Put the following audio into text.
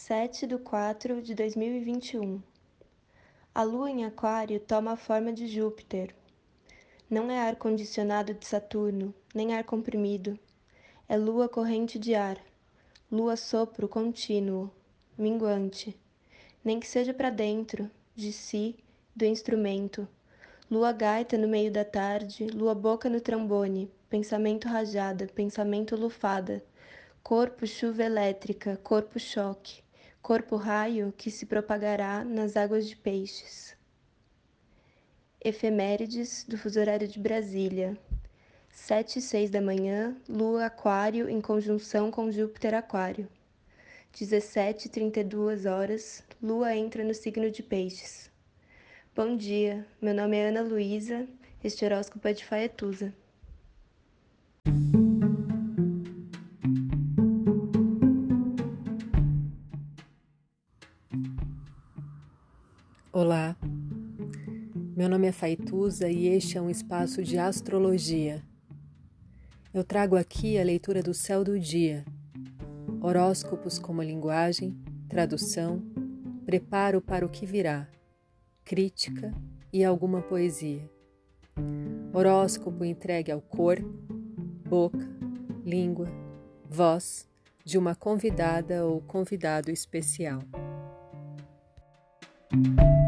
7/4/2021. A Lua em Aquário toma a forma de Júpiter. Não é ar-condicionado de Saturno, nem ar comprimido. É lua corrente de ar, lua sopro contínuo, minguante. Nem que seja para dentro, de si, do instrumento. Lua gaita no meio da tarde, lua boca no trombone, pensamento rajada, pensamento lufada. Corpo chuva elétrica, corpo choque, corpo raio que se propagará nas águas de peixes. Efemérides do fuso horário de Brasília. 7h06 da manhã, Lua Aquário em conjunção com Júpiter Aquário. 17h32, Lua entra no signo de Peixes. Bom dia, meu nome é Ana Luísa, este horóscopo é de Faetusa. Olá, meu nome é Faetusa e este é um espaço de astrologia. Eu trago aqui a leitura do céu do dia, horóscopos como linguagem, tradução, preparo para o que virá, crítica e alguma poesia. Horóscopo entregue ao corpo, boca, língua, voz de uma convidada ou convidado especial.